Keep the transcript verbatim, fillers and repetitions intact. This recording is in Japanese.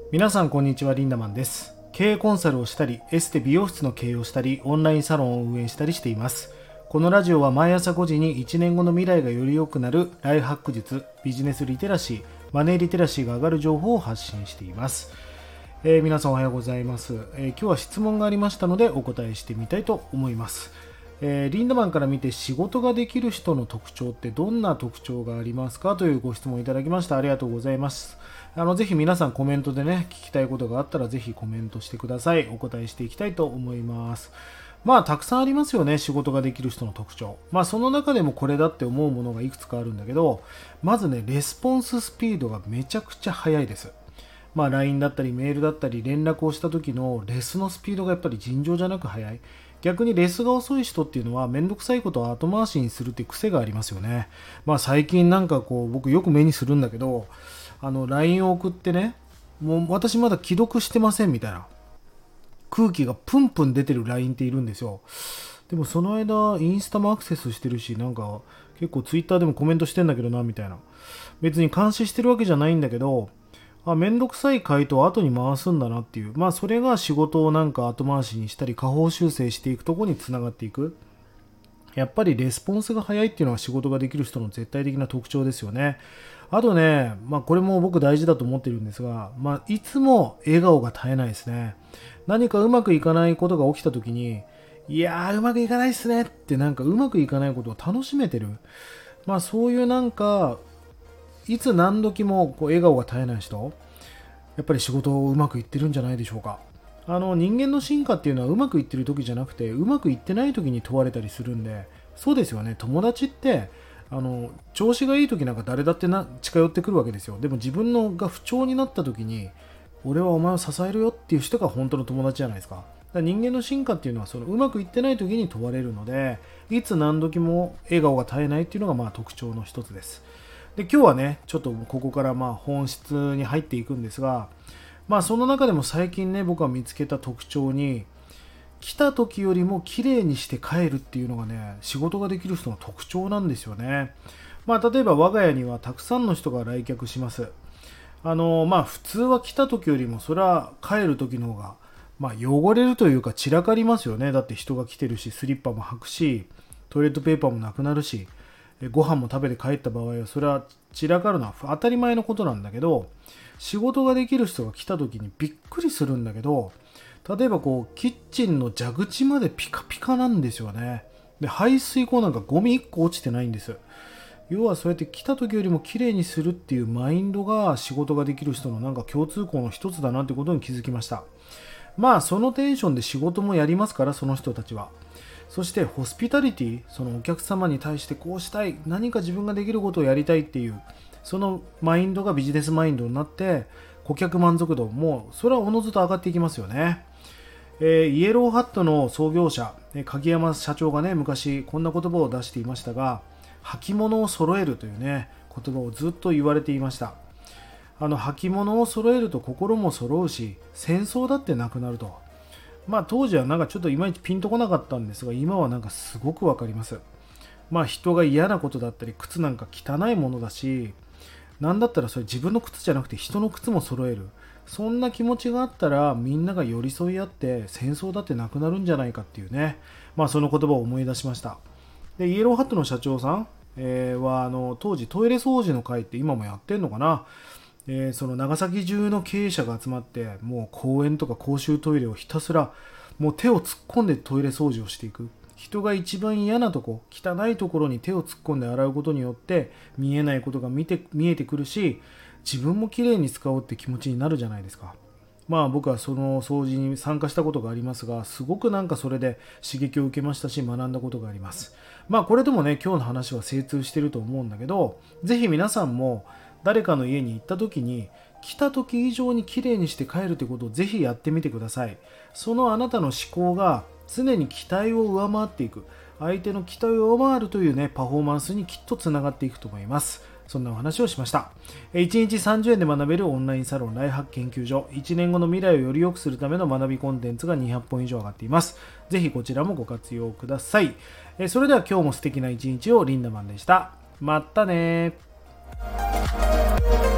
皆さんこんにちは、リンダマンです。経営コンサルをしたり、エステ美容室の経営をしたり、オンラインサロンを運営したりしています。このラジオは毎朝ごじにいちねんごの未来がより良くなるライフハック術、ビジネスリテラシー、マネーリテラシーが上がる情報を発信しています。えー、皆さんおはようございます、えー。今日は質問がありましたのでお答えしてみたいと思います。えー、リンダマンから見て仕事ができる人の特徴ってどんな特徴がありますかというご質問いただきました。ありがとうございます。あのぜひ皆さんコメントでね、聞きたいことがあったらぜひコメントしてください。お答えしていきたいと思います。まあたくさんありますよね、仕事ができる人の特徴。まあその中でもこれだって思うものがいくつかあるんだけど、まずね、レスポンススピードがめちゃくちゃ速いです。まあ ライン だったりメールだったり連絡をした時のレスのスピードがやっぱり尋常じゃなく速い。逆にレスが遅い人っていうのはめんどくさいことを後回しにするっていう癖がありますよね。まあ最近なんかこう僕よく目にするんだけど、あの ライン を送ってね、もう私まだ既読してませんみたいな空気がプンプン出てる ライン っているんですよ。でもその間インスタもアクセスしてるし、なんか結構 ツイッター でもコメントしてんだけどなみたいな。別に監視してるわけじゃないんだけど、あ、めんどくさい回答を後に回すんだなっていう、まあそれが仕事をなんか後回しにしたり下方修正していくところにつながっていく。やっぱりレスポンスが早いっていうのは仕事ができる人の絶対的な特徴ですよね。あとね、まあこれも僕大事だと思ってるんですが、まあいつも笑顔が絶えないですね。何かうまくいかないことが起きた時に、いやーうまくいかないっすねってなんかうまくいかないことを楽しめてる。まあそういうなんか、いつ何時もこう笑顔が絶えない人、やっぱり仕事をうまくいってるんじゃないでしょうか。あの人間の進化っていうのはうまくいってる時じゃなくてうまくいってない時に問われたりするんで、そうですよね。友達ってあの調子がいい時なんか誰だってな近寄ってくるわけですよ。でも自分のが不調になった時に俺はお前を支えるよっていう人が本当の友達じゃないですか。だから人間の進化っていうのはそのうまくいってない時に問われるので、いつ何時も笑顔が絶えないっていうのがまあ特徴の一つです。で今日はね、ちょっとここからまあ本質に入っていくんですが、まあその中でも最近ね、僕が見つけた特徴に、来た時よりも綺麗にして帰るっていうのがね、仕事ができる人の特徴なんですよね。まあ例えば我が家にはたくさんの人が来客します。あのまあ普通は来た時よりもそれは帰る時の方がまあ汚れるというか散らかりますよね。だって人が来てるし、スリッパも履くし、トイレットペーパーもなくなるし、ご飯も食べて帰った場合はそれは散らかるのは当たり前のことなんだけど、仕事ができる人が来た時にびっくりするんだけど、例えばこうキッチンの蛇口までピカピカなんですよね。で排水溝なんかゴミいっこ落ちてないんです。要はそうやって来た時よりも綺麗にするっていうマインドが仕事ができる人のなんか共通項の一つだなってことに気づきました。まあそのテンションで仕事もやりますから、その人たちは。そしてホスピタリティ、そのお客様に対してこうしたい、何か自分ができることをやりたいっていう、そのマインドがビジネスマインドになって、顧客満足度もそれはおのずと上がっていきますよね。えー、イエローハットの創業者、鍵山社長がね、昔こんな言葉を出していましたが、履物を揃えるというね、言葉をずっと言われていました。あの履物を揃えると心も揃うし、戦争だってなくなると。まあ当時はなんかちょっといまいちピンとこなかったんですが、今はなんかすごくわかります。まあ人が嫌なことだったり、靴なんか汚いものだし、なんだったらそれ自分の靴じゃなくて人の靴も揃える。そんな気持ちがあったらみんなが寄り添い合って戦争だってなくなるんじゃないかっていうね。まあその言葉を思い出しました。で、イエローハットの社長さん、えー、はあの当時トイレ掃除の会って今もやってんのかな。えー、その長崎中の経営者が集まってもう公園とか公衆トイレをひたすらもう手を突っ込んでトイレ掃除をしていく。人が一番嫌なとこ、汚いところに手を突っ込んで洗うことによって見えないことが見て見えてくるし、自分もきれいに使おうって気持ちになるじゃないですか。まあ僕はその掃除に参加したことがありますが、すごくなんかそれで刺激を受けましたし、学んだことがあります。まあこれでもね、今日の話は精通してると思うんだけど、ぜひ皆さんも誰かの家に行った時に来た時以上に綺麗にして帰るということをぜひやってみてください。そのあなたの思考が常に期待を上回っていく、相手の期待を上回るというね、パフォーマンスにきっとつながっていくと思います。そんなお話をしました。いちにちさんじゅうえんで学べるオンラインサロンライフハック研究所、いちねんごの未来をより良くするための学びコンテンツがにひゃっぽん以上上がっています。ぜひこちらもご活用ください。それでは今日も素敵な一日を。リンダマンでした。またね。